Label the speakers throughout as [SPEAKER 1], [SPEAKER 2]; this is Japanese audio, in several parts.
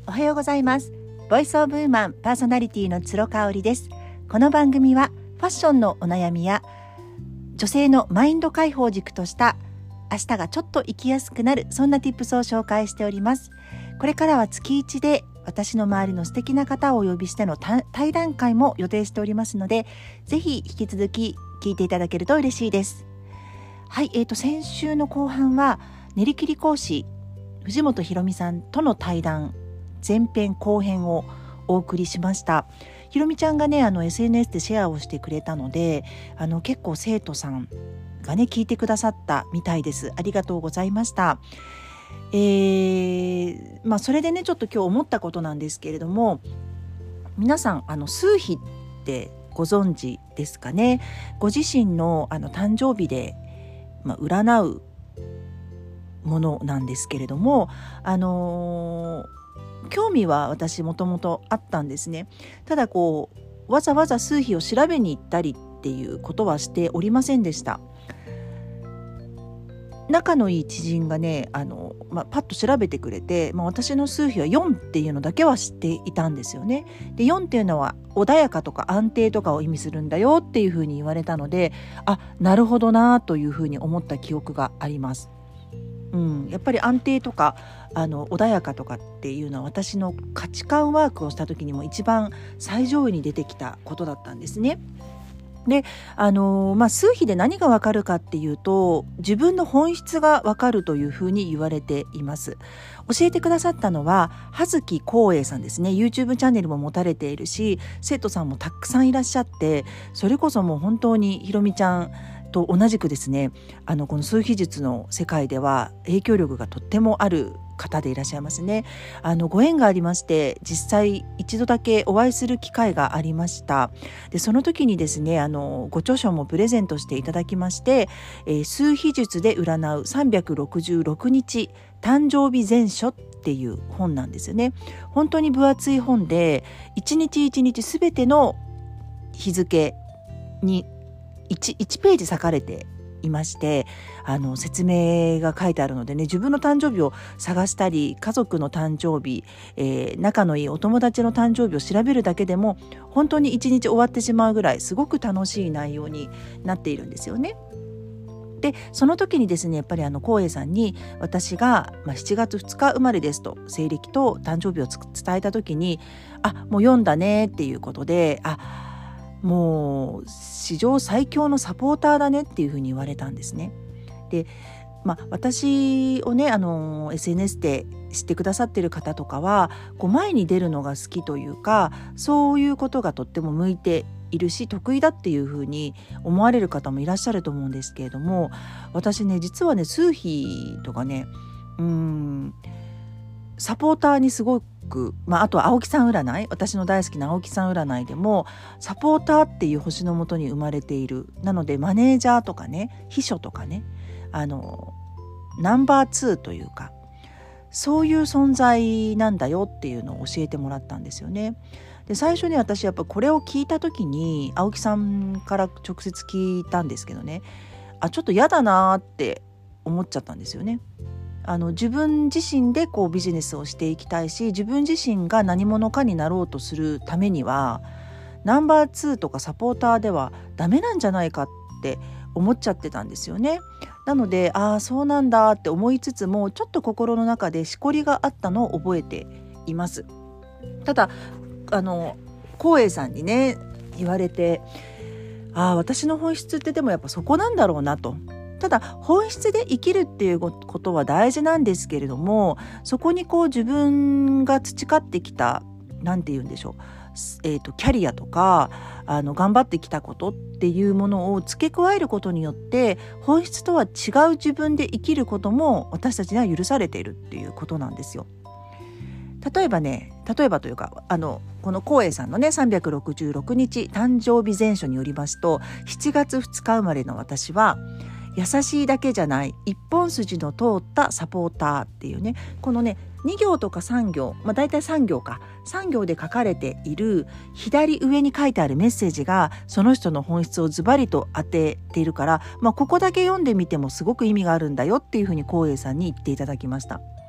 [SPEAKER 1] おはようございます。ボイスオブウーマンパーソナリティの鶴香織です。この番組はファッションのお悩みや女性のマインド解放軸とした明日がちょっと生きやすくなる、そんな Tips を紹介しております。これからは月1で私の周りの素敵な方をお呼びしての対談会も予定しておりますので、ぜひ引き続き聞いていただけると嬉しいです。はい、先週の後半は練り切り講師藤本ひろみさんとの対談前編後編をお送りしました。ひろみちゃんがねSNS でシェアをしてくれたので結構生徒さんがね聞いてくださったみたいです。ありがとうございました。それでねちょっと今日思ったことなんですけれども、皆さん数秘ってご存知ですかね。ご自身の誕生日で、占うものなんですけれども、興味は私もともとあったんですね。ただわざわざ数秘を調べに行ったりっていうことはしておりませんでした。仲のいい知人がねパッと調べてくれて、私の数秘は4っていうのだけは知っていたんですよね。で4っていうのは穏やかとか安定とかを意味するんだよっていうふうに言われたので、なるほどなというふうに思った記憶があります。やっぱり安定とか穏やかとかっていうのは私の価値観ワークをした時にも一番最上位に出てきたことだったんですね。で数秘で何がわかるかっていうと、自分の本質がわかるというふうに言われています。教えてくださったのは葉月光栄さんですね。 YouTube チャンネルも持たれているし、生徒さんもたくさんいらっしゃって、それこそもう本当にひろみちゃんと同じくですねこの数秘術の世界では影響力がとってもある方でいらっしゃいますね。ご縁がありまして、実際一度だけお会いする機会がありました。でその時にですねご著書もプレゼントしていただきまして、数秘術で占う366日誕生日全書っていう本なんですよね。本当に分厚い本で、一日一日すべての日付に 1ページ割かれていまして、説明が書いてあるのでね、自分の誕生日を探したり、家族の誕生日、仲のいいお友達の誕生日を調べるだけでも本当に一日終わってしまうぐらいすごく楽しい内容になっているんですよね。でその時にですねやっぱり光栄さんに私が、7月2日生まれですと西暦と誕生日を伝えた時に、もう読んだねっていうことで、もう史上最強のサポーターだねっていうふうに言われたんですね。で、私をねSNS で知ってくださってる方とかは前に出るのが好きというか、そういうことがとっても向いているし得意だっていうふうに思われる方もいらっしゃると思うんですけれども、私ね実はね数秘とかねサポーターにすごく、あとは青木さん占い、私の大好きな青木さん占いでもサポーターっていう星のもとに生まれている。なのでマネージャーとかね、秘書とかね、ナンバー2というかそういう存在なんだよっていうのを教えてもらったんですよね。で最初に私やっぱこれを聞いた時に青木さんから直接聞いたんですけどね、ちょっと嫌だなって思っちゃったんですよね。自分自身でビジネスをしていきたいし、自分自身が何者かになろうとするためにはナンバー2とかサポーターではダメなんじゃないかって思っちゃってたんですよね。なのでそうなんだって思いつつも、ちょっと心の中でしこりがあったのを覚えています。ただ光栄さんにね言われて、私の本質ってでもやっぱそこなんだろうなと。ただ本質で生きるっていうことは大事なんですけれども、そこに自分が培ってきたなんて言うんでしょう、キャリアとか頑張ってきたことっていうものを付け加えることによって本質とは違う自分で生きることも私たちには許されているっていうことなんですよ。例えばというかこの光栄さんのね366日誕生日全書によりますと、7月2日生まれの私は優しいだけじゃない一本筋の通ったサポーターっていうね、このね2行とか3行、だいたい3行で書かれている左上に書いてあるメッセージがその人の本質をズバリと当てているから、ここだけ読んでみてもすごく意味があるんだよっていうふうに光栄さんに言っていただきました。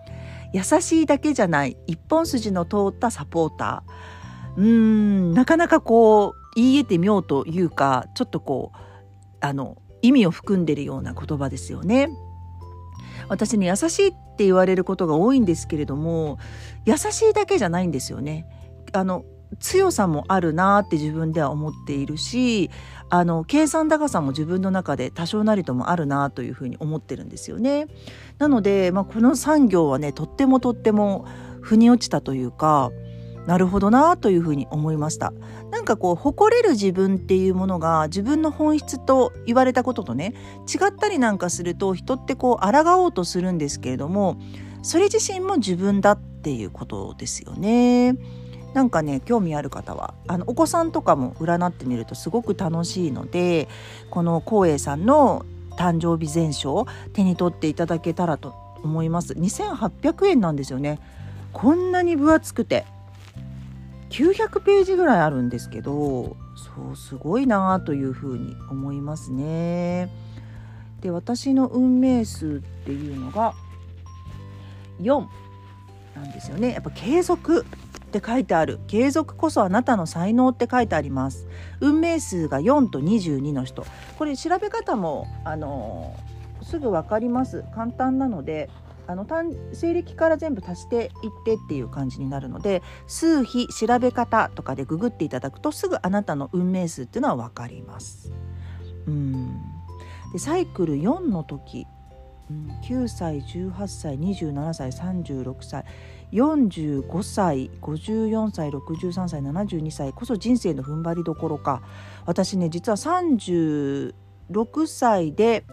[SPEAKER 1] 優しいだけじゃない一本筋の通ったサポーター、なかなかこう言い得て妙というか、ちょっとこう意味を含んでるような言葉ですよね。私ね、優しいって言われることが多いんですけれども、優しいだけじゃないんですよね。強さもあるなって自分では思っているし、計算高さも自分の中で多少なりともあるなというふうに思ってるんですよね。なので、この産業はね、とっても腑に落ちたというか、なるほどなというふうに思いました。なんかこう誇れる自分っていうものが自分の本質と言われたこととね、違ったりなんかすると、人ってこう抗おうとするんですけれども、それ自身も自分だっていうことですよね。なんかね、興味ある方はお子さんとかも占ってみるとすごく楽しいので、この光栄さんの誕生日全書手に取っていただけたらと思います。2800円なんですよね。こんなに分厚くて900ページぐらいあるんですけど、そうすごいなというふうに思いますね。で、私の運命数っていうのが4なんですよね。やっぱ継続って書いてある。継続こそあなたの才能って書いてあります。運命数が4と22の人、これ調べ方もすぐ分かります。簡単なので西暦から全部足していってっていう感じになるので、数比調べ方とかでググっていただくとすぐあなたの運命数っていうのは分かります。でサイクル4の時、9歳18歳27歳36歳45歳54歳63歳72歳こそ人生の踏ん張りどころか。私ね、実は36歳で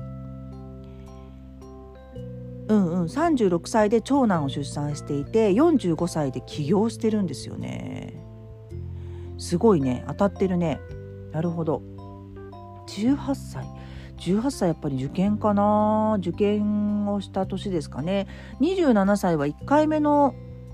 [SPEAKER 1] 36歳で長男を出産していて、45歳で起業してるんですよね。すごいね、当たってるね。なるほど。18歳やっぱり受験かな。受験をした年ですかね。27歳は1回目の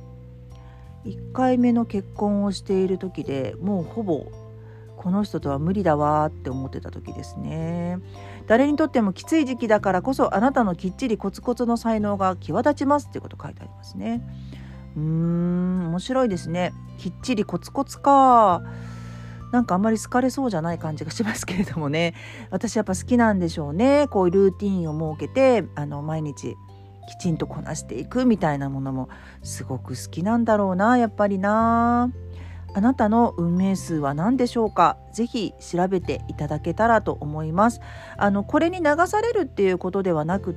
[SPEAKER 1] 結婚をしている時で、もうほぼこの人とは無理だわって思ってた時ですね。誰にとってもきつい時期だからこそあなたのきっちりコツコツの才能が際立ちますっていうこと書いてありますね。面白いですね。きっちりコツコツか。なんかあんまり好かれそうじゃない感じがしますけれどもね。私やっぱ好きなんでしょうね。こういうルーティンを設けて毎日きちんとこなしていくみたいなものもすごく好きなんだろうな、やっぱりな。あなたの運命数は何でしょうか。ぜひ調べていただけたらと思います。これに流されるっていうことではなくって、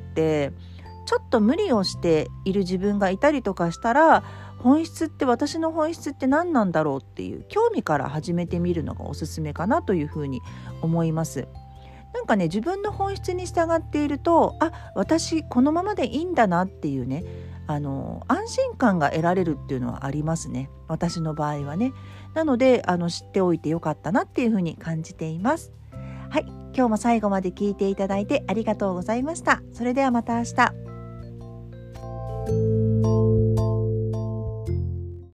[SPEAKER 1] ちょっと無理をしている自分がいたりとかしたら、私の本質って何なんだろうっていう興味から始めてみるのがおすすめかなというふうに思います。なんかね、自分の本質に従っていると、私このままでいいんだなっていうね、安心感が得られるっていうのはありますね。私の場合はね。なので知っておいてよかったなっていうふうに感じています。はい、今日も最後まで聞いていただいてありがとうございました。それではまた明日。